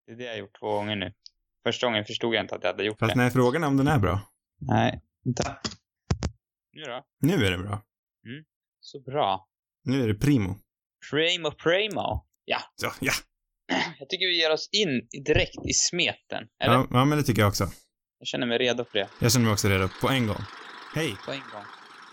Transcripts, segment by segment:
Det är det jag har gjort 2 gånger nu. Första gången förstod jag inte att jag hade gjort Fast det. nej, frågan är om den är bra. Nej, vänta. Nu då? Nu är det bra. Så bra. Nu är det primo. Primo. Ja. Så, ja. Jag tycker vi ger oss in direkt i smeten. Eller? Ja, men det tycker jag också. Jag känner mig redo för det. Jag känner mig också redo på en gång. Hej! På en gång.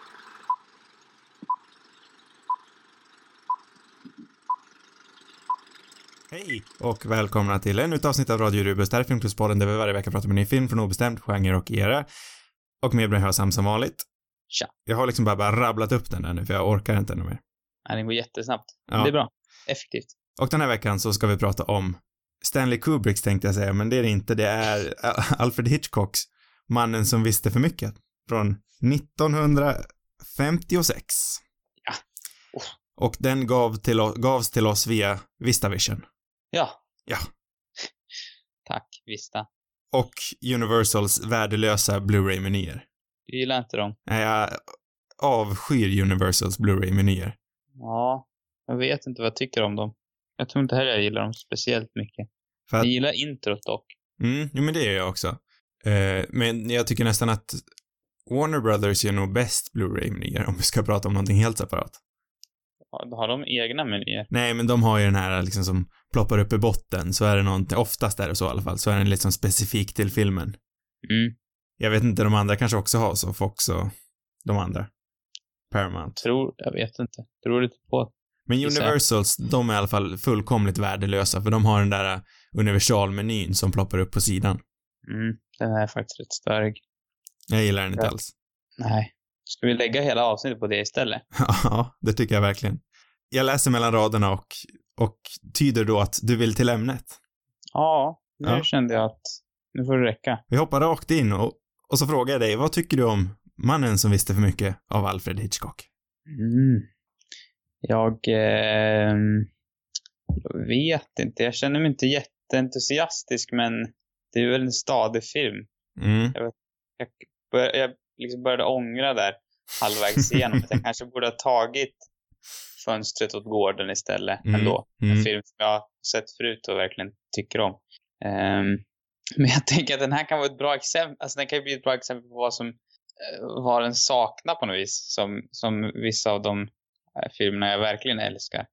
Hej! Och välkomna till ännu ett avsnitt av Radio Rubus. Det här är Filmklubbspodden där vi varje vecka pratar om en ny film från obestämd genre och era. Och med mig har Sam som vanligt. Tja. Jag har liksom bara rabblat upp den där nu för jag orkar inte ännu mer. Nej, den går jättesnabbt. Ja. Det är bra. Effektivt. Och den här veckan så ska vi prata om Stanley Kubricks tänkte jag säga, men det är det inte. Det är Alfred Hitchcocks Mannen som visste för mycket från 1956. Ja. Och den gavs till oss via VistaVision. Ja. Ja. Tack, Vista. Och Universals värdelösa Blu-ray-menyer. Du gillar inte dem? Nej, jag avskyr Universals Blu-ray-menyer. Ja. Jag vet inte vad jag tycker om dem. Jag tror inte heller jag gillar dem speciellt mycket. För att, Jag gillar introt dock. jo, men det gör jag också. Men jag tycker nästan att Warner Brothers är nog bäst Blu-ray-menyer om vi ska prata om någonting helt separat. Har de egna menyer? Nej, men de har ju den här liksom som ploppar upp i botten, så är det någonting, oftast är det så i alla fall, så är den liksom specifik till filmen. Jag vet inte, de andra kanske också har så, Fox och de andra. Paramount. Jag vet inte. Tror lite på. Men Universals, de är i alla fall fullkomligt värdelösa, för de har den där universalmenyn som ploppar upp på sidan. Den är faktiskt rätt störig. Jag gillar den inte alls. Nej. Ska vi lägga hela avsnittet på det istället? Ja, det tycker jag verkligen. Jag läser mellan raderna och tyder då att du vill till ämnet. Ja, nu kände jag att nu får det räcka. Vi hoppar rakt in och så frågar jag dig, vad tycker du om Mannen som visste för mycket av Alfred Hitchcock? Jag vet inte. Jag känner mig inte jätteentusiastisk, men det är väl en stadig film. Jag liksom började ångra där halvvägs igenom att jag kanske borde ha tagit Fönstret åt gården istället ändå. En film som jag har sett förut och verkligen tycker om. Men jag tänker att den här kan vara ett bra exempel. Alltså den kan ju bli ett bra exempel på vad den saknar på något vis. Som vissa av de filmerna jag verkligen älskar.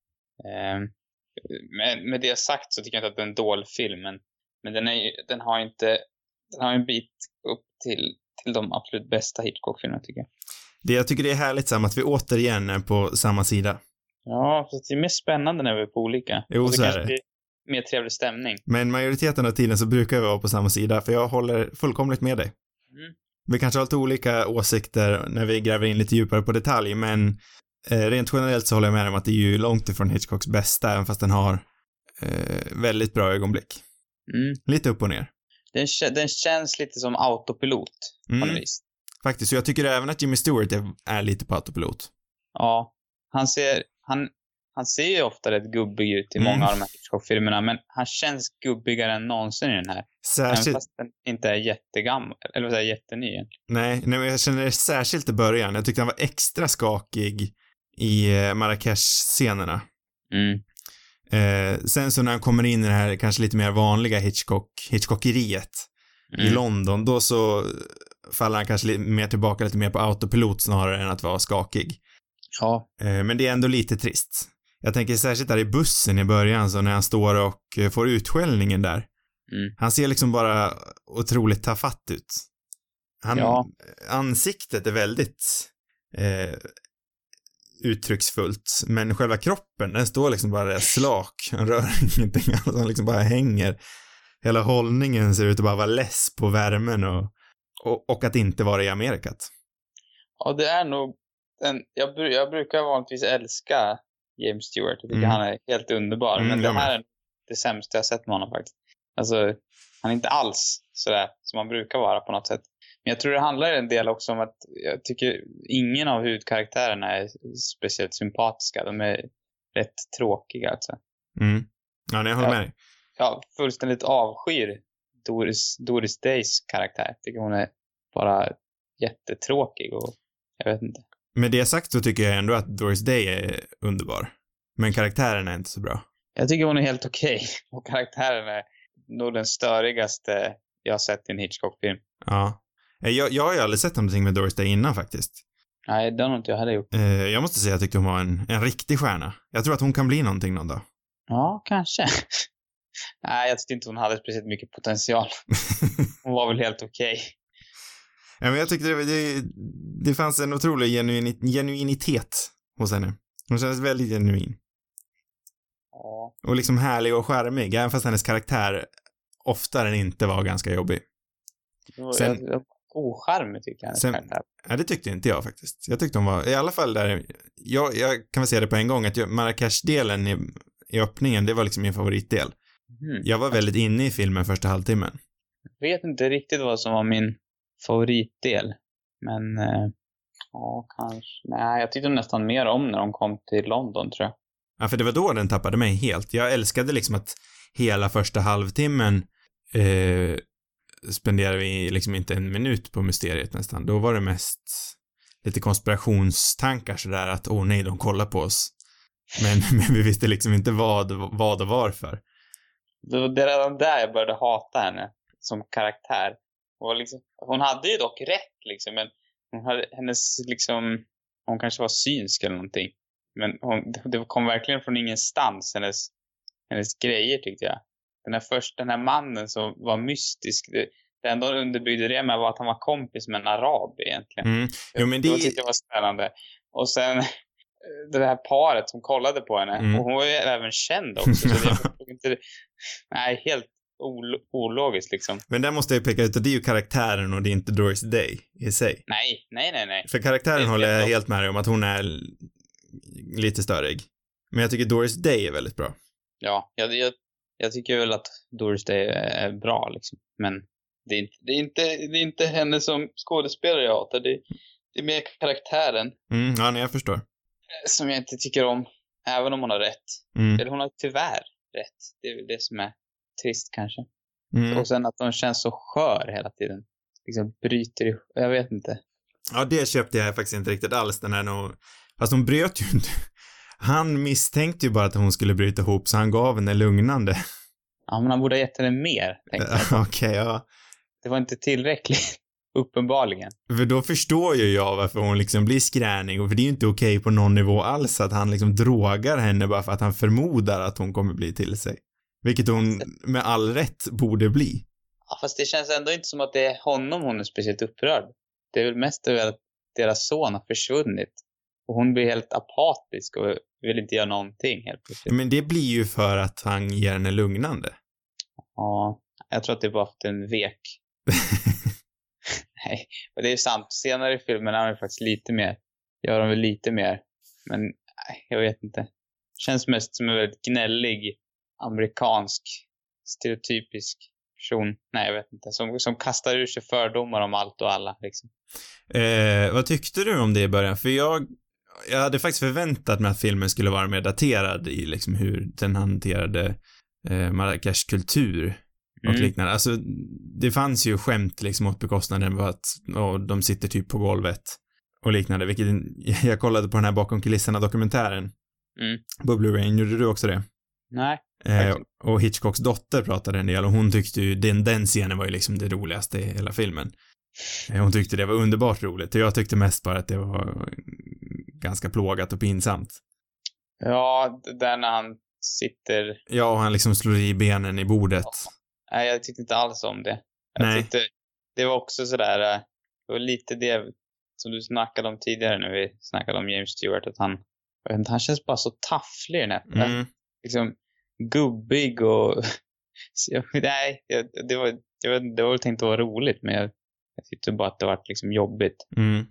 Med det sagt så tycker jag inte att det är en dålig film. Men den har en bit upp till de absolut bästa Hitchcock-filmerna tycker jag. Jag tycker det är härligt Sam att vi återigen är på samma sida. Ja, för det är mer spännande när vi är på olika. Jo, det så kanske är det. blir mer trevlig stämning. Men majoriteten av tiden så brukar vi vara på samma sida, för jag håller fullkomligt med dig. Vi kanske har lite olika åsikter när vi gräver in lite djupare på detalj, men rent generellt så håller jag med om att det är ju långt ifrån Hitchcocks bästa, även fast den har väldigt bra ögonblick. Lite upp och ner. Den känns lite som autopilot på något vis. Faktiskt, så jag tycker även att Jimmy Stewart är lite på autopilot. Ja, han ser ju ofta rätt gubbig ut i många av de här Hitchcock-filmerna, men han känns gubbigare än någonsin i den här. Särskilt... Även fast den inte är jättegammal, eller vad säger jag, jätteny egentligen. Nej, men jag känner det särskilt i början. Jag tyckte han var extra skakig i Marrakesh-scenerna. Sen så när han kommer in i det här kanske lite mer vanliga Hitchcockeriet i London, då så faller han kanske mer tillbaka lite mer på autopilot snarare än att vara skakig. Ja. Men det är ändå lite trist. Jag tänker särskilt där i bussen i början, så när han står och får utskällningen där. Han ser liksom bara otroligt tafatt ut. Ansiktet är väldigt uttrycksfullt, men själva kroppen, den står liksom bara slak. Han rör ingenting, han liksom bara hänger. Hela hållningen ser ut att bara vara less på värmen och att inte vara i Amerikat. Ja, det är nog jag brukar vanligtvis älska James Stewart. Jag tycker han är helt underbar. Men det här är det sämsta jag sett med honom faktiskt. Alltså, han är inte alls sådär som man brukar vara på något sätt. Men jag tror det handlar en del också om att jag tycker ingen av huvudkaraktärerna är speciellt sympatiska. De är rätt tråkiga alltså. Ja, jag håller med dig. Jag fullständigt avskyr Doris Days karaktär. Jag tycker hon är bara jättetråkig och jag vet inte. Med det sagt så tycker jag ändå att Doris Day är underbar. Men karaktären är inte så bra. Jag tycker hon är helt okej. Och karaktären är nog den störigaste jag har sett i en Hitchcock-film. Ja. Jag har ju aldrig sett någonting med Doris Day innan faktiskt. Nej, det har nog inte jag hade gjort. Jag måste säga att jag tyckte hon var en riktig stjärna. Jag tror att hon kan bli någonting någon dag. Ja, kanske. Nej, jag tyckte inte hon hade speciellt mycket potential. Hon var väl helt okej. Ja, men jag tyckte det fanns en otrolig genuinitet hos henne. Hon kändes väldigt genuin. Ja. Och liksom härlig och charmig, även fast hennes karaktär oftare än inte var ganska jobbig. Sen, ocharmig tycker jag hennes karaktär. Ja, det tyckte inte jag faktiskt. Jag tyckte hon var, i alla fall där, jag kan väl säga det på en gång, att Marrakesh-delen i öppningen, det var liksom min favoritdel. Jag var väldigt inne i filmen första halvtimmen. Jag vet inte riktigt vad som var min favoritdel. Men ja, kanske. Nej, jag tyckte nästan mer om när de kom till London, tror jag. Ja, för det var då den tappade mig helt. Jag älskade liksom att hela första halvtimmen spenderade vi liksom inte en minut på mysteriet nästan. Då var det mest lite konspirationstankar sådär att nej, de kollar på oss. Men vi visste liksom inte vad och varför. Det var redan där jag började hata henne som karaktär. Och liksom, hon hade ju dock rätt liksom, men hennes liksom, hon kanske var synsk eller någonting. Men det kom verkligen från ingenstans, hennes grejer tyckte jag. Den här mannen som var mystisk, det enda underbyggde det med var att han var kompis med en arab egentligen. Jo, men det tyckte jag var spännande. Och sen det här paret som kollade på henne, och hon var ju även känd också, så det var inte, nej, helt ologiskt liksom. Men där måste jag peka ut att det är ju karaktären och det är inte Doris Day i sig. Nej. För karaktären håller jag helt med om att hon är lite störig. Men jag tycker Doris Day är väldigt bra. Ja, jag tycker väl att Doris Day är bra liksom. Men det är inte henne som skådespelare jag hatar. Det är mer karaktären. Ja, nej, jag förstår. Som jag inte tycker om, även om hon har rätt. Eller hon har tyvärr rätt. Det är väl det som är trist kanske. Och sen att de känns så skör hela tiden. Liksom bryter ihop. Jag vet inte. Ja, det köpte jag faktiskt inte riktigt alls. Fast hon bröt ju inte. Han misstänkte ju bara att hon skulle bryta ihop, så han gav henne lugnande. Ja, men han borde ha gett henne mer, tänkte jag. Okej, ja. Det var inte tillräckligt, uppenbarligen. För då förstår ju jag varför hon liksom blir skränig. Och för det är ju inte okej på någon nivå alls att han liksom drogar henne bara för att han förmodar att hon kommer bli till sig. Vilket hon med all rätt borde bli. Ja, fast det känns ändå inte som att det är honom hon är speciellt upprörd. Det är väl mest över att deras son har försvunnit. Och hon blir helt apatisk och vill inte göra någonting helt plötsligt. Men det blir ju för att han ger henne lugnande. Ja, jag tror att det är bara för en vek. Nej, och det är sant. Senare i filmen är det faktiskt lite mer. Gör de väl lite mer. Men nej, jag vet inte. Känns mest som en väldigt gnällig, amerikansk, stereotypisk person. Nej, jag vet inte. Som kastar ur sig fördomar om allt och alla, liksom. Vad tyckte du om det i början? För jag hade faktiskt förväntat mig att filmen skulle vara mer daterad i liksom hur den hanterade Marrakesh kultur och liknande. Alltså, det fanns ju skämt liksom åt bekostnaden av att de sitter typ på golvet och liknande, vilket jag kollade på den här bakom kulisserna dokumentären på Blu-ray. Gjorde du också det? Nej. Och Hitchcocks dotter pratade en del och hon tyckte ju den scenen var ju liksom det roligaste i hela filmen. Hon tyckte det var underbart roligt och jag tyckte mest bara att det var ganska plågat och pinsamt. Ja, där när han sitter... Ja, och han liksom slår i benen i bordet. Ja. Nej, jag tyckte inte alls om det. Jag tyckte det var också sådär, det var lite det som du snackade om tidigare när vi snackade om James Stewart, att han känns bara så tafflig i den här. Liksom gubbig och nej, det var väl tänkt att vara roligt, men jag tyckte bara att det var liksom jobbigt.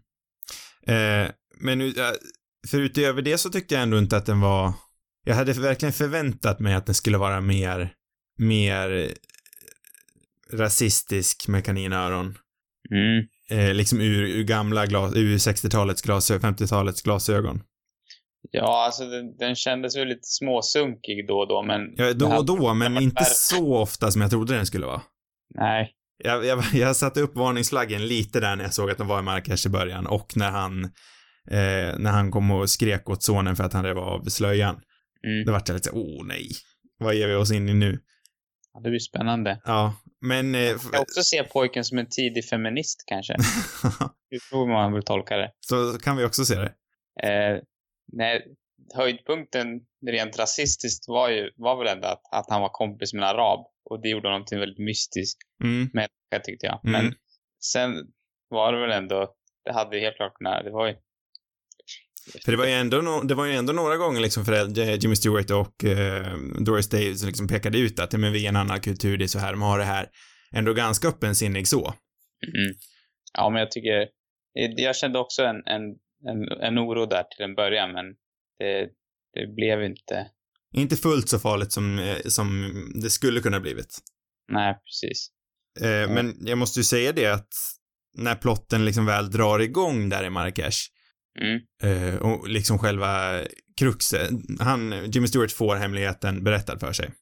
Men för utöver det så tyckte jag ändå inte att den var, jag hade verkligen förväntat mig att den skulle vara mer rasistisk med kaninöron. Liksom ur gamla ur 60-talets glasögon, 50-talets glasögon. Ja, alltså den kändes ju lite småsunkig då och då, men... Ja, då och då, men inte så ofta som jag trodde den skulle vara. Nej. Jag satte upp varningsflaggen lite där när jag såg att de var i Marrakesh i början, och när han kom och skrek åt sonen för att han rev av slöjan. Då var det lite nej, vad ger vi oss in i nu? Ja, det blir spännande. Ja, men... Jag kan också se pojken som en tidig feminist, kanske. Hur tror man vill tolka det? Så kan vi också se det. Nej, höjdpunkten rent rasistiskt var väl ändå att han var kompis med en arab. Och det gjorde någonting väldigt mystiskt. Människa, tyckte jag. Men sen var det väl ändå... Det hade helt klart det var ju... För det var ju ändå några gånger liksom för Jimmy Stewart och Doris Day som liksom pekade ut att men vi är en annan kultur, det är så här, de har det här. Ändå ganska öppensinnig så. Ja, men jag kände också en oro där till en början, men det blev inte fullt så farligt som det skulle kunna blivit. Nej, precis. Men jag måste ju säga det att när plotten liksom väl drar igång där i Marrakesh och liksom själva kruxet, Jimmy Stewart får hemligheten berättad för sig.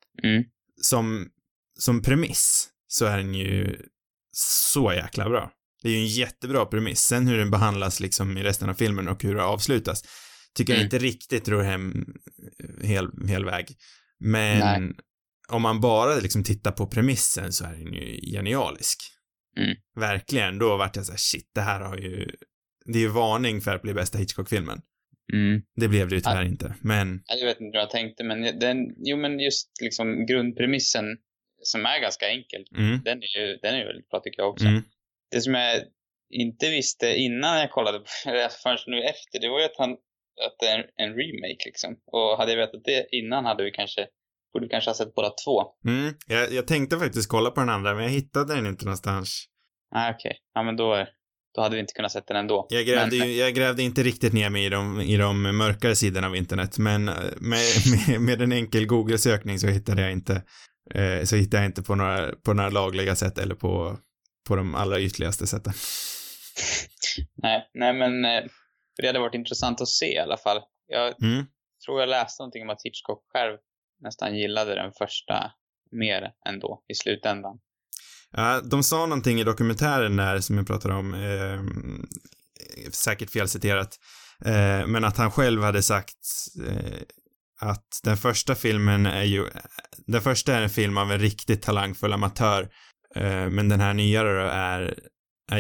Som premiss så är den ju så jäkla bra. Det är ju en jättebra premiss. Sen hur den behandlas liksom i resten av filmen och hur det avslutas tycker jag inte riktigt drar hem hel väg. Men om man bara liksom tittar på premissen så är den ju genialisk. Verkligen, då vart jag så här, shit, det här det är ju varning för att bli bästa Hitchcock-filmen. Det blev det ju tyvärr inte, men... Jag vet inte vad jag tänkte, men men just liksom grundpremissen som är ganska enkel, den är ju väldigt bra, tycker jag också. Det som jag inte visste innan jag kollade på förrän nu efter, det var ju att det är en remake liksom. Och hade jag vetat det innan borde vi kanske ha sett båda två. Jag tänkte faktiskt kolla på den andra, men jag hittade den inte någonstans. Okej. Ja, men då hade vi inte kunnat sett den ändå. Jag grävde inte riktigt ner mig i de mörkare sidorna av internet, men med en enkel Google-sökning så hittade jag inte på några lagliga sätt eller på de allra ytterligaste sätten. Nej, men det hade varit intressant att se i alla fall. Jag tror jag läste någonting om att Hitchcock själv nästan gillade den första mer ändå i slutändan. Ja, de sa någonting i dokumentären där som jag pratade om, säkert felciterat, men att han själv hade sagt att den första är en film av en riktigt talangfull amatör, men den här nyare är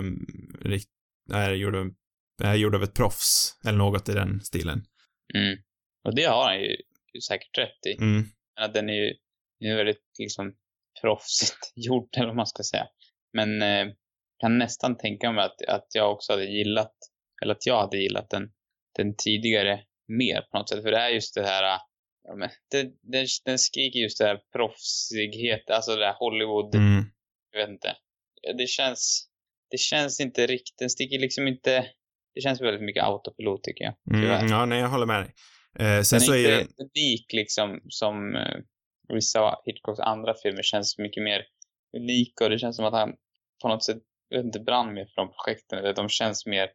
gjord av ett proffs eller något i den stilen. Och det har han ju säkert rätt i. Men att den är ju väldigt liksom proffsigt gjort, eller vad man ska säga. Men kan nästan tänka mig att jag också hade gillat, eller att jag hade gillat den tidigare mer på något sätt. För det är just det här, den skriker just det här proffsighet, alltså det här Hollywood, jag vet inte. Det känns inte riktigt, den sticker liksom inte, det känns väldigt mycket autopilot, tycker jag. Ja, nej, jag håller med dig. Sen så är det unik liksom som vissa Hitchcocks andra filmer känns mycket mer unika, och det känns som att han på något sätt, jag vet inte, brann mer från projekten, eller de känns mer,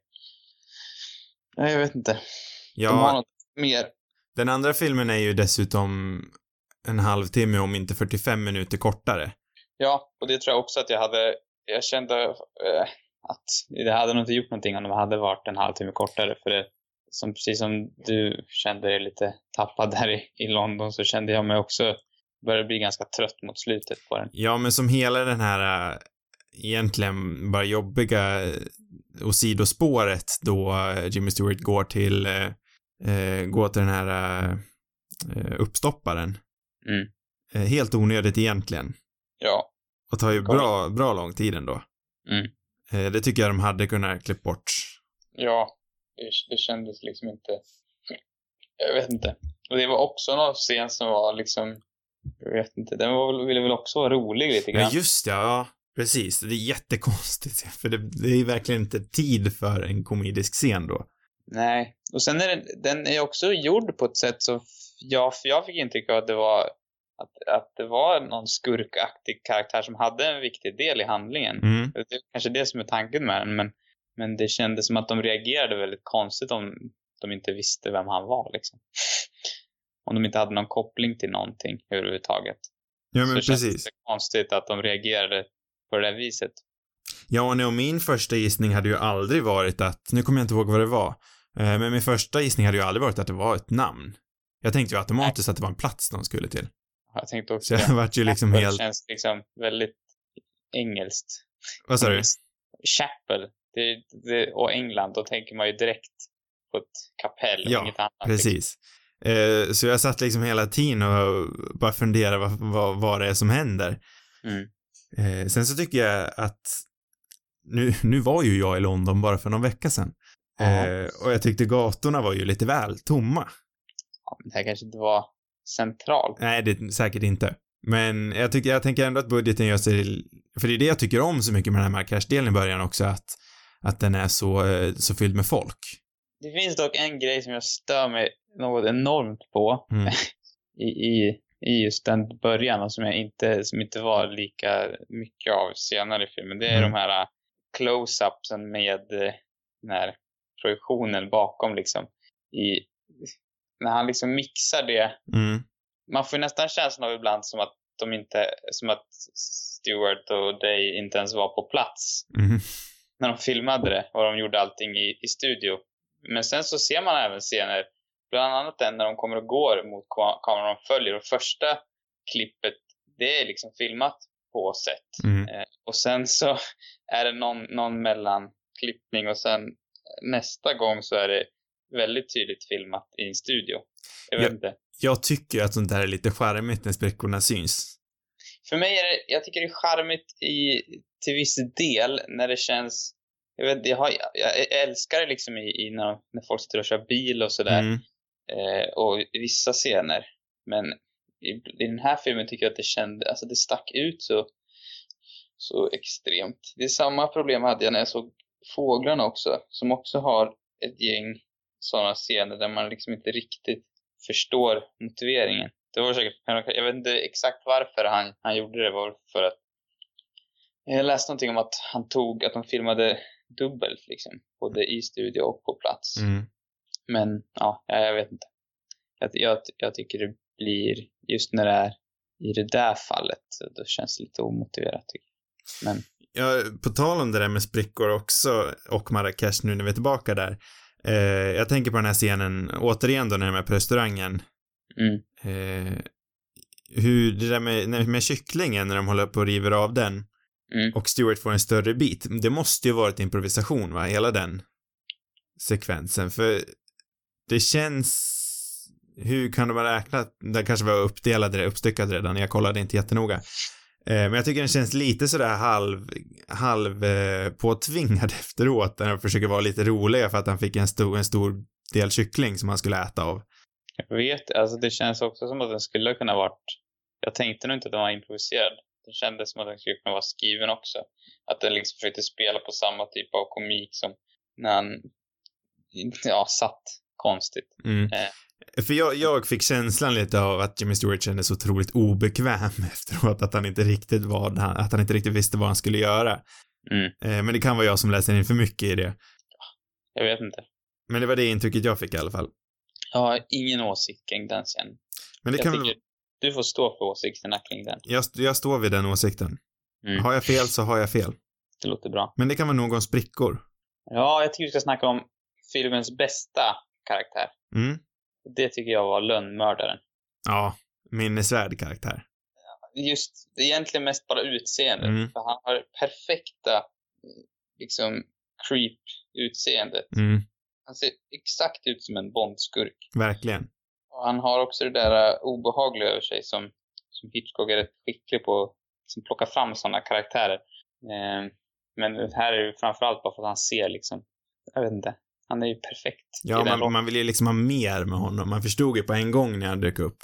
jag vet inte. Ja, de har något mer. Den andra filmen är ju dessutom en halvtimme, om inte 45 minuter kortare. Ja, och det tror jag också att jag kände att det hade nog inte gjort någonting om de hade varit en halvtimme kortare, för det, precis som du kände dig lite tappad där i London, så kände jag mig också började bli ganska trött mot slutet på den. Ja, men som hela den här egentligen bara jobbiga och sidospåret då Jimmy Stewart går till den här uppstopparen. Helt onödigt egentligen. Ja. Och tar ju bra lång tid ändå. Det tycker jag de hade kunnat klippa bort. Ja, det kändes liksom inte, jag vet inte. Och det var också någon scen som var liksom, jag vet inte, den ville väl också vara rolig lite grann. Ja, just ja, precis. Det är jättekonstigt, för det är verkligen inte tid för en komedisk scen då. Nej, och sen är den är också gjord på ett sätt så jag fick intryck av att det var någon skurkaktig karaktär som hade en viktig del i handlingen. Det är kanske det som är tanken med den, men det kändes som att de reagerade väldigt konstigt om de inte visste vem han var liksom. Om de inte hade någon koppling till någonting överhuvudtaget. Ja, men så precis. kändes det konstigt att de reagerade på det där viset. Ja, och min första gissning hade ju aldrig varit att, nu kommer jag inte ihåg vad det var, men min första gissning hade ju aldrig varit att det var ett namn. Jag tänkte ju automatiskt att det var en plats de skulle till. Jag tänkte också så jag vart ju liksom helt... Det känns liksom väldigt engelskt. Vad sa du? Chapel. Och England, då tänker man ju direkt på ett kapell och inget annat. Ja, precis. Så jag satt liksom hela tiden och bara funderade vad det är som händer. Sen så tycker jag att nu var ju jag i London bara för någon vecka sedan. Och jag tyckte gatorna var ju lite väl tomma. Ja, men det här kanske inte var centralt. Nej, det är säkert inte. Men jag tänker ändå att budgeten gör sig... För det är det jag tycker om så mycket med den här Marrakesh-delen i början också, att den är så fylld med folk. Det finns dock en grej som jag stör mig något enormt på i just den början, och som inte var lika mycket av senare i filmen. Det är de här close-upsen med den här projektionen bakom liksom. När han liksom mixar det. Man får nästan känslan av ibland som att Stewart och Day inte ens var på plats när de filmade det, och de gjorde allting i studio. Men sen så ser man även scener, bland annat den när de kommer och går mot kameran de följer, och första klippet, det är liksom filmat på set. Och sen så är det någon mellanklippning, och sen nästa gång så är det väldigt tydligt filmat i en studio. Jag vet inte. Jag tycker att sånt där är lite charmigt när sprickorna syns. För mig jag tycker det är charmigt till viss del när det känns... Jag älskar det liksom när folk sitter och kör bil och sådär. Och i vissa scener. Men i den här filmen tycker jag att det kände... Alltså det stack ut så extremt. Det är samma problem hade jag när jag såg Fåglarna också. Som också har ett gäng sådana scener där man liksom inte riktigt förstår motiveringen. Det var säkert, jag vet inte exakt varför han gjorde det. Var för att jag läste någonting om att de filmade dubbelt liksom, både i studio och på plats. Men ja, jag vet inte. Jag tycker det blir, just när det är i det där fallet, då känns det lite omotiverat tycker jag. Men ja, på tal om det där med sprickor också och Marrakesh nu när vi är tillbaka där. Jag tänker på den här scenen återigen då när de är på restaurangen. Hur det där med kycklingen när de håller på och river av den och Stewart får en större bit. Det måste ju varit improvisation, va? Hela den sekvensen. För det känns... Hur kan de ha räknat? Det kanske var uppstyckat redan. Jag kollade inte jättenoga. Men jag tycker den känns lite sådär halv påtvingad efteråt, när de försöker vara lite roliga för att han fick en stor del kyckling som han skulle äta av. Jag vet, alltså det känns också som att den skulle kunna varit... Jag tänkte nog inte att den var improviserad. Det kändes som att den skulle kunna vara skriven också. Att den liksom försökte spela på samma typ av komik som när han satt konstigt. För jag fick känslan lite av att Jimmy Stewart kändes så otroligt obekväm efteråt, att han inte riktigt visste vad han skulle göra. Men det kan vara jag som läser in för mycket i det. Jag vet inte. Men det var det intrycket jag fick i alla fall. Jag har ingen åsikt kring den sen. Men det du får stå för åsikterna kring den. Jag står vid den åsikten. Har jag fel så har jag fel. Det låter bra. Men det kan vara nog om sprickor. Ja, jag tycker vi ska snacka om filmens bästa karaktär. Det tycker jag var lönnmördaren. Ja, minnesvärd karaktär. Just, det är egentligen mest bara utseendet. För han har perfekta liksom creep-utseendet. Han ser exakt ut som en Bond-skurk. Verkligen. Och han har också det där obehagliga över sig som Hitchcock är rätt skicklig på att liksom plocka fram sådana karaktärer. Men det här är ju framförallt bara för att han ser liksom, jag vet inte, han är ju perfekt. Ja, man vill ju liksom ha mer med honom. Man förstod ju på en gång när han dök upp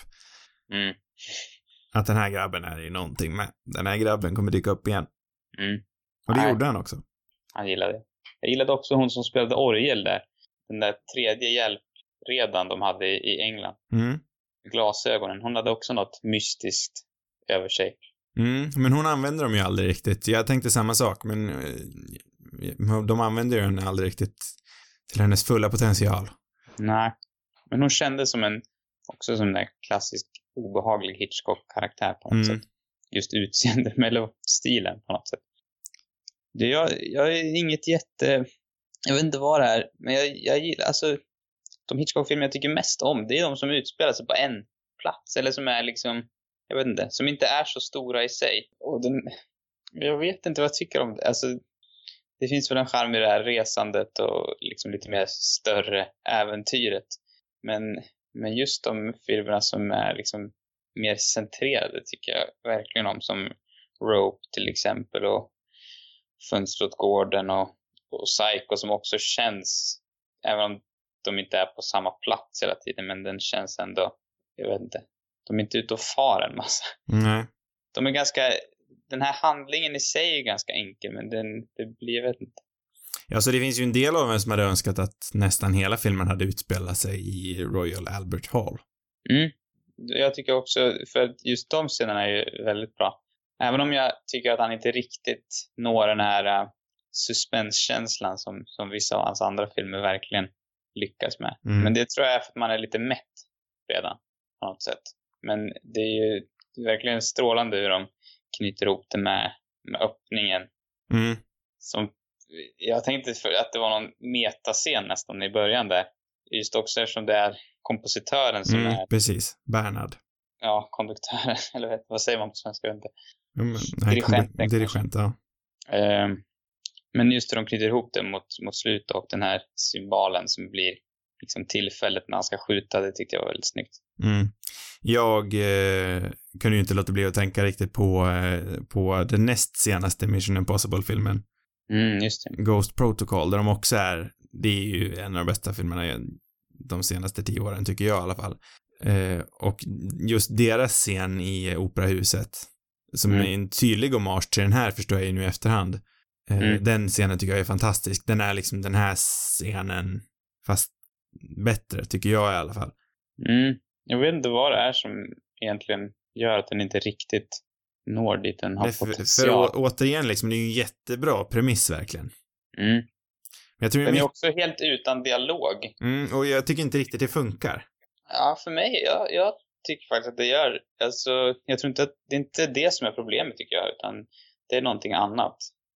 att den här grabben är ju någonting med. Den här grabben kommer dyka upp igen. Och det gjorde han också. Han gillade det. Jag gillade också hon som spelade orgel där. Den där tredje hjälpredan de hade i England. Glasögonen. Hon hade också något mystiskt över sig. Men hon använder dem ju aldrig riktigt. Jag tänkte samma sak, men de använder ju henne aldrig riktigt till hennes fulla potential. Nej, men hon kändes som en där klassisk obehaglig Hitchcock-karaktär på något sätt. Just utseende med stilen på något sätt. Jag är inget jag vet inte vad det är, men jag gillar, alltså de Hitchcock-filmer jag tycker mest om, det är de som utspelar sig på en plats, eller som är liksom jag vet inte, som inte är så stora i sig. Och jag vet inte vad jag tycker om det. Alltså, det finns väl en charm i det här resandet och liksom lite mer större äventyret. Men just de filmerna som är liksom mer centrerade tycker jag verkligen om, som Rope till exempel och Fönster åt gården och Psycho, som också känns, även om de inte är på samma plats hela tiden, men den känns ändå, jag vet inte, de är inte ute och far en massa. Nej. De är ganska, den här handlingen i sig är ganska enkel, men det blir, jag vet inte. Ja, så det finns ju en del av en som hade önskat att nästan hela filmen hade utspelat sig i Royal Albert Hall. Jag tycker också, för just de scenerna är ju väldigt bra. Även om jag tycker att han inte riktigt når den här suspenskänslan som vissa av hans andra filmer verkligen lyckas med. Men det tror jag är för att man är lite mätt redan på något sätt. Men det är ju verkligen strålande hur de knyter ihop det med öppningen. Som, jag tänkte att det var någon metascen nästan i början där. Just också eftersom det är kompositören som är... Precis, Bernhard. Ja, konduktören, eller vad säger man på svenska? Jag vet inte. Dirigent, ja. Men just hur de knyter ihop det mot slutet och den här symbolen som blir liksom tillfället när han ska skjuta, det tyckte jag var väldigt snyggt. Jag kunde ju inte låta bli att tänka riktigt på den näst senaste Mission Impossible-filmen. Just det. Ghost Protocol, där de också är, det är ju en av de bästa filmerna de senaste 10 åren, tycker jag i alla fall. Och just deras scen i operahuset, som är en tydlig hommage till den här, förstår jag ju nu i efterhand. Den scenen tycker jag är fantastisk. Den är liksom den här scenen, fast bättre, tycker jag i alla fall. Jag vet inte vad det är som egentligen gör att den inte riktigt når dit den har potential. För återigen, liksom, det är ju en jättebra premiss verkligen. Men jag tror den är också helt utan dialog. Och jag tycker inte riktigt det funkar. Ja, för mig, jag tycker faktiskt att det gör. Alltså, jag tror inte att det är inte det som är problemet, tycker jag, utan det är någonting annat.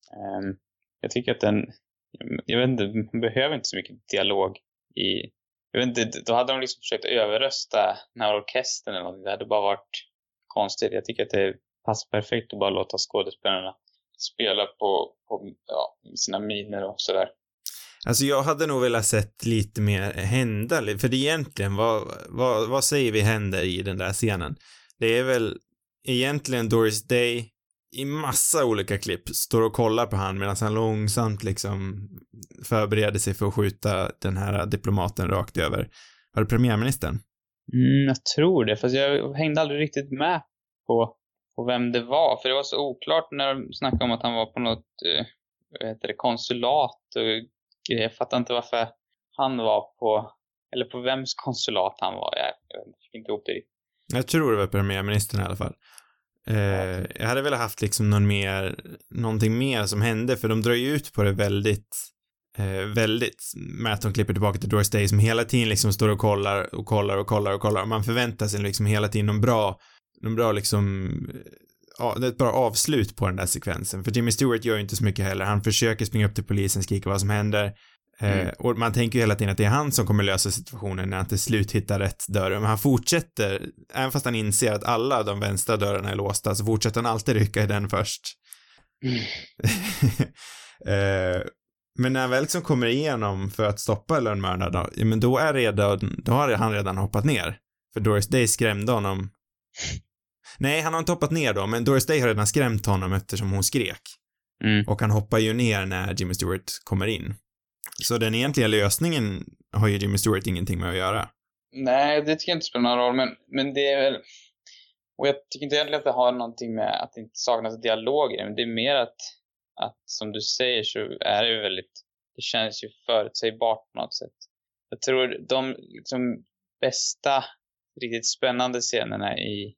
Jag tycker att jag vet inte, man behöver inte så mycket dialog i, jag vet inte, då hade de liksom försökt överrösta den här orkestern eller något. Det hade bara varit konstigt. Jag tycker att det passar perfekt att bara låta skådespelarna spela på sina miner och sådär. Alltså jag hade nog velat sett lite mer hända, för det egentligen, vad säger vi händer i den där scenen? Det är väl egentligen Doris Day i massa olika klipp står och kollar på han medan han långsamt liksom förbereder sig för att skjuta den här diplomaten rakt över. Var det premiärministern? Jag tror det, fast jag hängde aldrig riktigt med på vem det var, för det var så oklart när de snackade om att han var på något konsulat och jag fattar inte varför han var på vems konsulat han var. Jag fick inte ihop det riktigt. Jag tror det var premiärministern i alla fall. Jag hade väl haft liksom någonting mer som hände, för de drar ju ut på det väldigt med att de klipper tillbaka till Doris Day som hela tiden liksom står och kollar. Man förväntar sig liksom hela tiden någon bra liksom, ja, det är ett bra avslut på den där sekvensen. För Jimmy Stewart gör ju inte så mycket heller. Han försöker springa upp till polisen, skrika vad som händer. Och man tänker ju hela tiden att det är han som kommer lösa situationen när han till slut hittar rätt dörr. Men han fortsätter, även fast han inser att alla de vänstra dörrarna är låsta, så fortsätter han alltid rycka i den först. Men när han väl liksom kommer igenom för att stoppa lönnmördaren, men då har han redan hoppat ner. För Doris Day skrämde honom. Nej, han har inte hoppat ner då, men Doris Day har redan skrämt honom eftersom hon skrek. Och han hoppar ju ner när Jimmy Stewart kommer in. Så den egentliga lösningen har ju Jimmy Stewart ingenting med att göra. Nej, det tycker jag inte spelar någon roll, men det är väl... Och jag tycker inte egentligen att det har någonting med att det inte saknas dialog i det, men det är mer att som du säger så är det ju väldigt... Det känns ju förutsägbart på något sätt. Jag tror de liksom bästa, riktigt spännande scenerna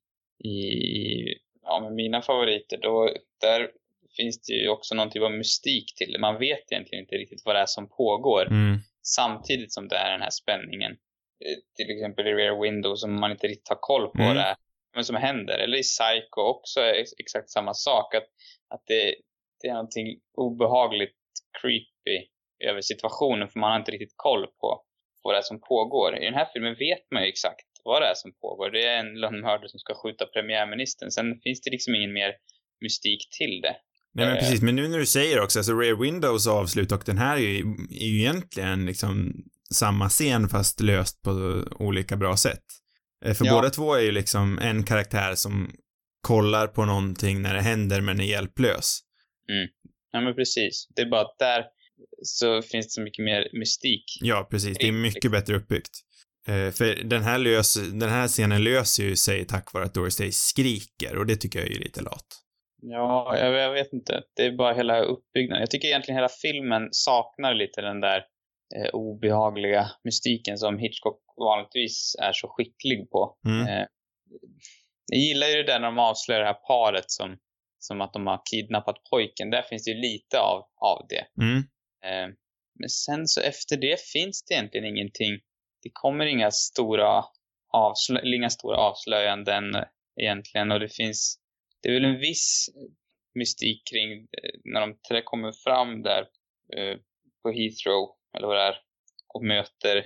med mina favoriter, där finns det ju också någon typ av mystik till det. Man vet egentligen inte riktigt vad det är som pågår. Samtidigt som det är den här spänningen. Till exempel i Rear Window som man inte riktigt har koll på vad det är, men som händer. Eller i Psycho också är exakt samma sak. Att det är någonting obehagligt creepy över situationen, för man har inte riktigt koll på vad det är som pågår. I den här filmen vet man ju exakt vad det är som pågår. Det är en lönnmördare som ska skjuta premiärministern. Sen finns det liksom ingen mer mystik till det. Nej, men precis. Men nu när du säger också, alltså Rear Windows avslut och den här är ju egentligen liksom samma scen fast löst på olika bra sätt. För båda två är ju liksom en karaktär som kollar på någonting när det händer men är hjälplös. Ja, men precis. Det är bara att där så finns det så mycket mer mystik. Ja, precis. Det är mycket bättre uppbyggt. För den här scenen löser ju sig tack vare att Doris Day skriker, och det tycker jag är ju lite lat. Ja, jag vet inte. Det är bara hela uppbyggnaden. Jag tycker egentligen hela filmen saknar lite den där obehagliga mystiken som Hitchcock vanligtvis är så skicklig på. Jag gillar ju det där när de avslöjar det här paret som att de har kidnappat pojken. Där finns det ju lite av det. Men sen så efter det finns det egentligen ingenting. Det kommer inga stora avslöjanden egentligen, och det är väl en viss mystik kring när de kommer fram där på Heathrow eller vad det är och möter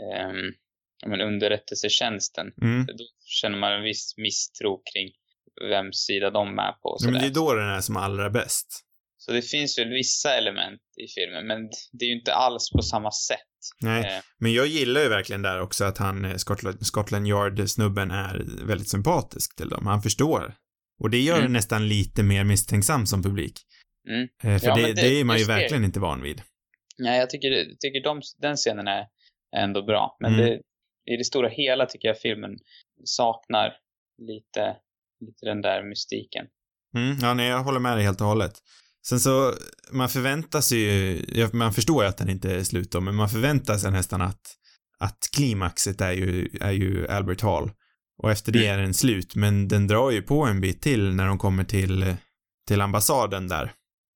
underrättelsetjänsten. Då känner man en viss misstro kring vems sida de är på. Men det är då den är som allra bäst. Så det finns väl vissa element i filmen, men det är ju inte alls på samma sätt. Nej, men jag gillar ju verkligen där också att han, Scotland Yard-snubben, är väldigt sympatisk till dem. Han förstår. Och det gör det nästan lite mer misstänksam som publik. För det är man ju verkligen inte van vid. Nej, jag tycker den scenen är ändå bra. Men i det stora hela tycker jag filmen saknar lite den där mystiken. Ja, nej, jag håller med dig helt och hållet. Sen så, man förväntar sig ju, man förstår ju att den inte är slut då, men man förväntar sig nästan att klimaxet är ju Albert Hall. Och efter det är den slut, men den drar ju på en bit till när de kommer till ambassaden där.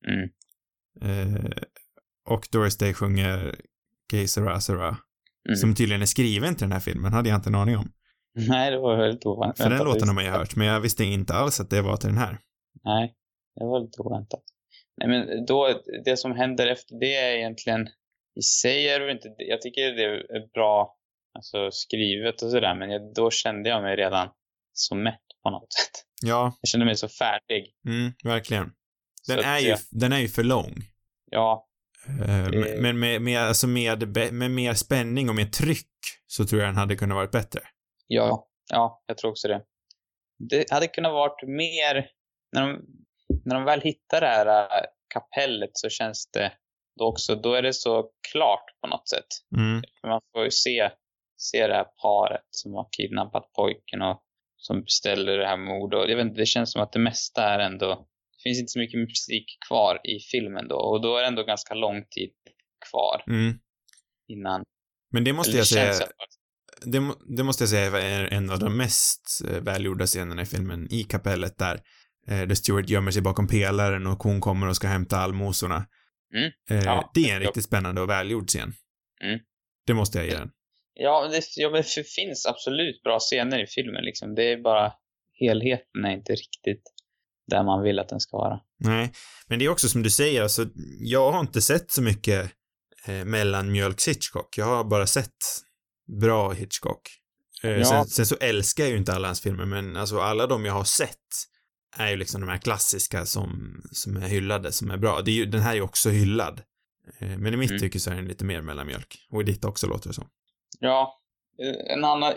Och Doris Day sjunger Que Sera Sera, som tydligen är skriven till den här filmen, hade jag inte en aning om. Nej, det var väldigt oväntat. För den låten har man ju hört, men jag visste inte alls att det var till den här. Nej, det var lite oväntat. Nej, men då, det som händer efter det är egentligen i sig är det inte, jag tycker det är bra alltså skrivet och sådär, men då kände jag mig redan så mätt på något sätt. Ja. Jag kände mig så färdig. Verkligen. Den är ju för lång. Ja. Men med mer spänning och mer tryck så tror jag den hade kunnat varit bättre. Ja, jag tror också det. Det hade kunnat varit mer när de väl hittar det här kapellet, så känns det då är det så klart på något sätt. Man får ju se det här paret som har kidnappat pojken och som beställer det här mordet. Jag vet inte, det känns som att det mesta är ändå, det finns inte så mycket musik kvar i filmen då, och då är det ändå ganska lång tid kvar innan. Men det måste jag säga, det måste jag säga är en av de mest välgjorda scenerna i filmen, i kapellet där Stewart gömmer sig bakom pelaren och hon kommer och ska hämta allmosorna. Det är en riktigt spännande och välgjord scen. Det måste jag ge den. Ja, det finns absolut bra scener i filmen liksom. Det är bara helheten är inte riktigt där man vill att den ska vara. Nej, men det är också som du säger, alltså, jag har inte sett så mycket mellanmjölks Hitchcock. Jag har bara sett bra Hitchcock. Sen så älskar jag ju inte alla hans filmer, men alltså alla de jag har sett är ju liksom de här klassiska som är hyllade, som är bra. Den här är ju också hyllad. Men i mitt tycke så är den lite mer mellanmjölk. Och i ditt också låter det så. Ja, en annan,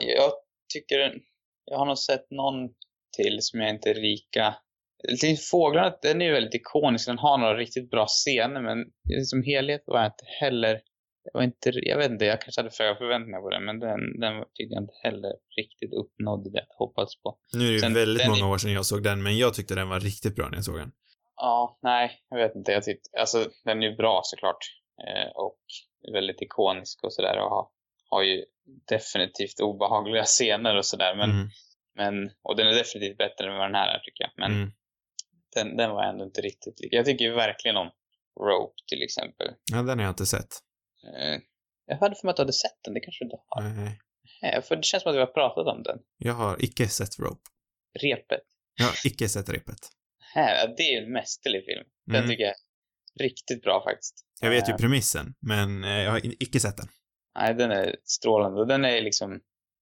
jag har nog sett någon till som jag inte är lika. Fåglarna, den är ju väldigt ikonisk, den har några riktigt bra scener, men som helhet var jag inte heller, jag vet inte, jag kanske hade för förväntningar på den, men den tyckte jag inte heller riktigt uppnådde det jag hoppats på. Nu är det ju väldigt många år sedan jag såg den, men jag tyckte den var riktigt bra när jag såg den. Ja, nej, jag vet inte, alltså den är ju bra såklart, och väldigt ikonisk och sådär, och har ju definitivt obehagliga scener och sådär, men och den är definitivt bättre än vad den här är, tycker jag, men den var ändå inte riktigt lika. Jag tycker ju verkligen om Rope till exempel. Ja, den har jag inte sett. Jag hade för mig att du hade sett den, det kanske du inte har. Nej, för det känns som att vi har pratat om den. Jag har icke sett Rope. Repet. Jag har icke sett Repet. Det är en mästerlig film. Den tycker jag är riktigt bra faktiskt. Jag vet ju premissen, men jag har icke sett den. Nej, den är strålande. Den är liksom,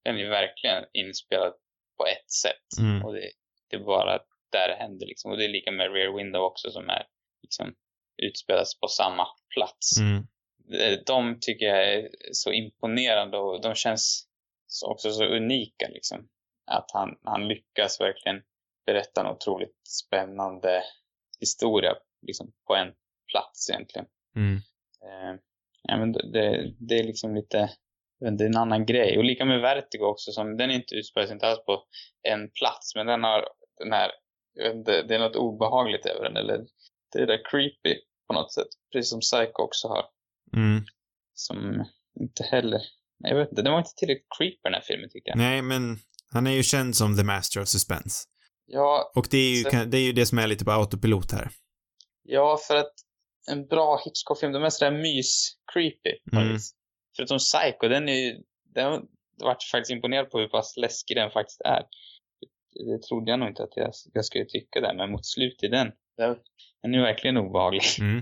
den är verkligen inspelad på ett sätt. Och det är bara där det händer liksom. Och det är lika med Rear Window också, som är liksom utspelas på samma plats. De tycker jag är så imponerande, och de känns också så unika liksom. Att han lyckas verkligen berätta en otroligt spännande historia liksom, på en plats egentligen. Ja, men det är liksom lite, det är en annan grej. Och lika med Vertigo också, som den inte utspelas inte alls på en plats, men den har den här, det är något obehagligt över den, eller det är där creepy på något sätt, precis som Psycho också har. Som inte heller, jag vet inte, det var inte tillräckligt creepy den här filmen tycker jag. Nej, men han är ju känd som The Master of Suspense. Ja. Och det är ju det som är lite på autopilot här. Ja, för att en bra Hitchcock-film, de är sådär mys-creepy. Förutom Psycho, den var faktiskt imponerad på hur pass läskig den faktiskt är. Det trodde jag nog inte att jag skulle tycka det, men mot slutet den är verkligen obehaglig.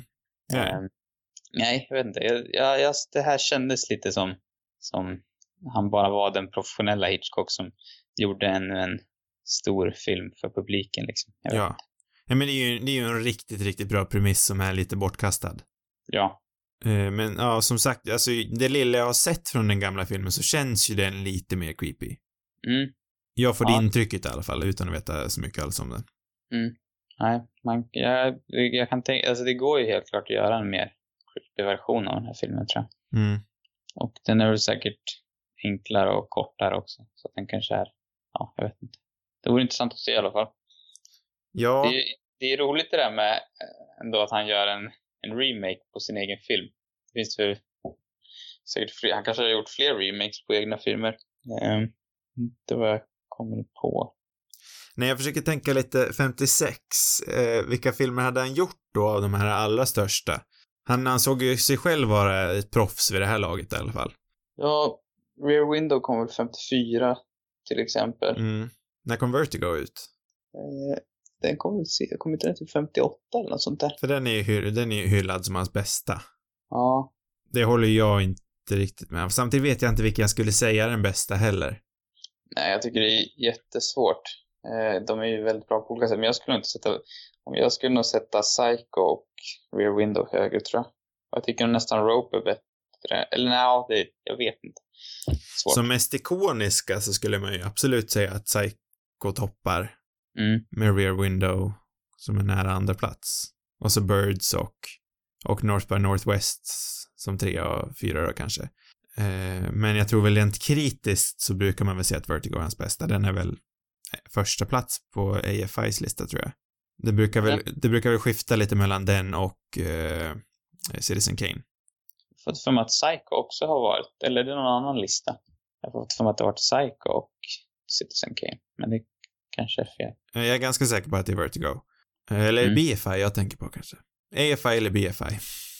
Nej, jag vet inte. Det här kändes lite som han bara var den professionella Hitchcock som gjorde en stor film för publiken liksom. Ja, men det är ju en riktigt, riktigt bra premiss som är lite bortkastad. Ja. Men ja, som sagt, alltså det lilla jag har sett från den gamla filmen så känns ju den lite mer creepy. Jag får det intrycket i alla fall, utan att veta så mycket alls om den. Nej, jag kan tänka, alltså det går ju helt klart att göra en mer creepy version av den här filmen, tror jag. Och den är väl säkert enklare och kortare också, så att den kanske är, ja, jag vet inte. Det vore intressant att se i alla fall. Ja. Det är roligt det där med ändå att han gör en remake på sin egen film. Det finns väl säkert fler, han kanske har gjort fler remakes på egna filmer. Det var jag kommer på. När jag försöker tänka lite 56, vilka filmer hade han gjort då av de här allra största? Han ansåg ju sig själv vara ett proffs vid det här laget i alla fall. Ja, Rear Window kom väl 54 till exempel. När kom Vertigo ut? Den kom inte den till 58 eller något sånt där. För den är ju hyllad som hans bästa. Ja. Det håller jag inte riktigt med. Samtidigt vet jag inte vilken jag skulle säga den bästa heller. Nej, jag tycker det är jättesvårt. De är ju väldigt bra på olika sätt. Men jag skulle nog sätta Psycho och Rear Window högre, tror jag. Jag tycker nästan Rope är bättre. Eller nej, jag vet inte. Svårt. Som mest ikoniska så skulle man ju absolut säga att Psycho toppar. Med Rear Window som är nära andra plats. Och så Birds och North by Northwest som 3 och 4 då kanske. Men jag tror väl rent kritiskt så brukar man väl säga att Vertigo är hans bästa. Den är väl första plats på AFIs lista, tror jag. Det brukar väl skifta lite mellan den och Citizen Kane. Jag har fått för mig att Psycho också har varit, eller är det någon annan lista? Jag har fått för mig att det har varit Psycho och Citizen Kane, men det kanske är fel. Jag är ganska säker på att det är Vertigo. Eller BFI jag tänker på kanske. AFI eller BFI.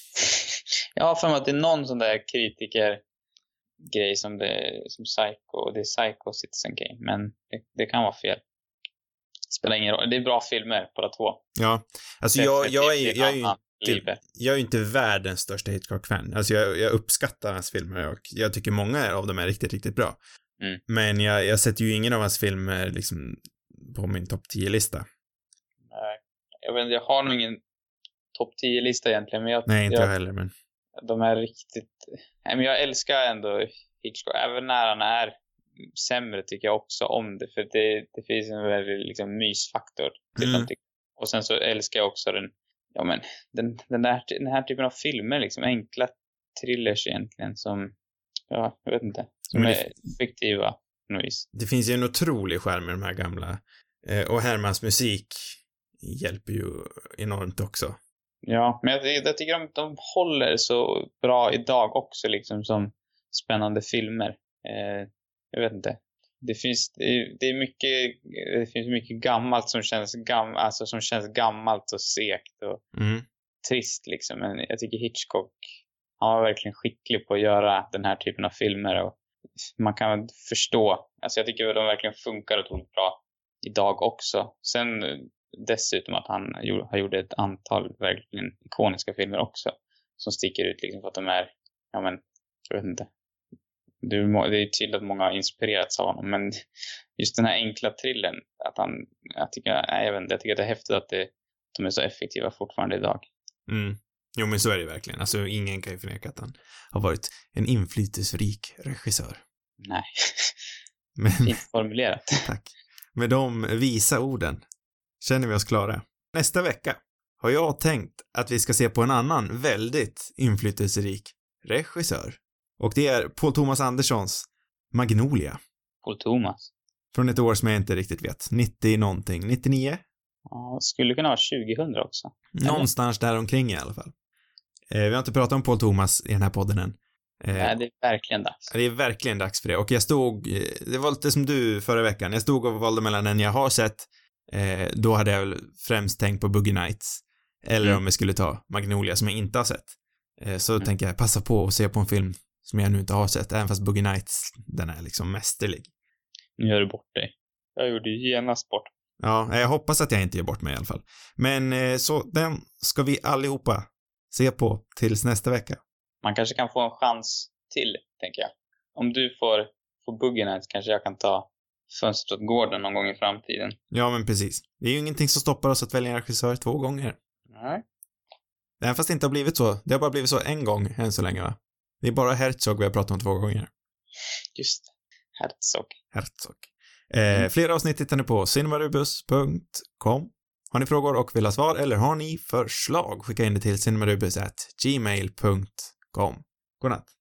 Jag har för mig att det är någon sån där kritikergrej som Psycho, och det är Psycho och Citizen Kane, men det kan vara fel. Det spelar ingen roll. Det är bra filmer båda två. Ja, alltså jag är ju inte världens största Hitchcock-fan. Alltså jag uppskattar hans filmer och jag tycker många av dem är riktigt, riktigt bra. Men jag sätter ju ingen av hans filmer liksom på min topp 10-lista. Nej, jag vet inte, jag har nog ingen topp 10-lista egentligen, men Nej, inte jag heller, men de är riktigt. Nej, men jag älskar ändå Hitchcock, även när han är sämre tycker jag också om det, för det finns en väldigt liksom mysfaktor till och sen så älskar jag också den här typen av filmer, liksom enkla thrillers egentligen, som jag vet inte, som är effektiva på något vis. Det finns ju en otrolig skärm med de här gamla, och Hermans musik hjälper ju enormt också. Ja, men jag tycker de håller så bra idag också, liksom som spännande filmer. Jag vet inte. Det finns mycket gammalt som känns gammalt och segt och trist liksom. Men jag tycker Hitchcock, han var verkligen skicklig på att göra den här typen av filmer, och man kan förstå. Alltså jag tycker att de verkligen funkar otroligt bra idag också. Sen dessutom att han har gjort ett antal verkligen ikoniska filmer också som sticker ut liksom, för att de är, jag vet inte, Det är tydligt att många har inspirerats av honom. Men just den här enkla thrillern, jag tycker att det är häftigt att de är så effektiva fortfarande idag. Jo, men så är det verkligen. Alltså, ingen kan ju förneka att han har varit en inflytelserik regissör. Nej. Men fint formulerat. Tack. Med de visa orden känner vi oss klara. Nästa vecka har jag tänkt att vi ska se på en annan väldigt inflytelserik regissör. Och det är Paul Thomas Andersons Magnolia. Paul Thomas? Från ett år som jag inte riktigt vet. 90 någonting. 99? Ja, skulle kunna vara 2000 också. Någonstans där omkring i alla fall. Vi har inte pratat om Paul Thomas i den här podden än. Nej, det är verkligen dags. Det är verkligen dags för det. Och det var lite som du förra veckan. Jag stod och valde mellan en jag har sett. Då hade jag väl främst tänkt på Boogie Nights. Eller om vi skulle ta Magnolia som jag inte har sett. Så tänker jag passa på och se på en film som jag nu inte har sett. Även fast Boogie Nights, den är liksom mästerlig. Nu gör du bort dig. Jag gjorde genast bort. Ja, jag hoppas att jag inte gör bort mig i alla fall. Men så den ska vi allihopa se på tills nästa vecka. Man kanske kan få en chans till, tänker jag. Om du får Boogie Nights kanske jag kan ta Fönstret åt gården någon gång i framtiden. Ja, men precis. Det är ju ingenting som stoppar oss att välja en regissör 2 gånger. Nej. Även fast det inte har blivit så. Det har bara blivit så en gång än så länge, va? Det är bara Herzog vi har pratat om 2 gånger. Just Herzog. Flera avsnitt hittar ni på cinemarubus.com. Har ni frågor och vill ha svar eller har ni förslag, skicka in det till cinemarubus@gmail.com. Godnatt.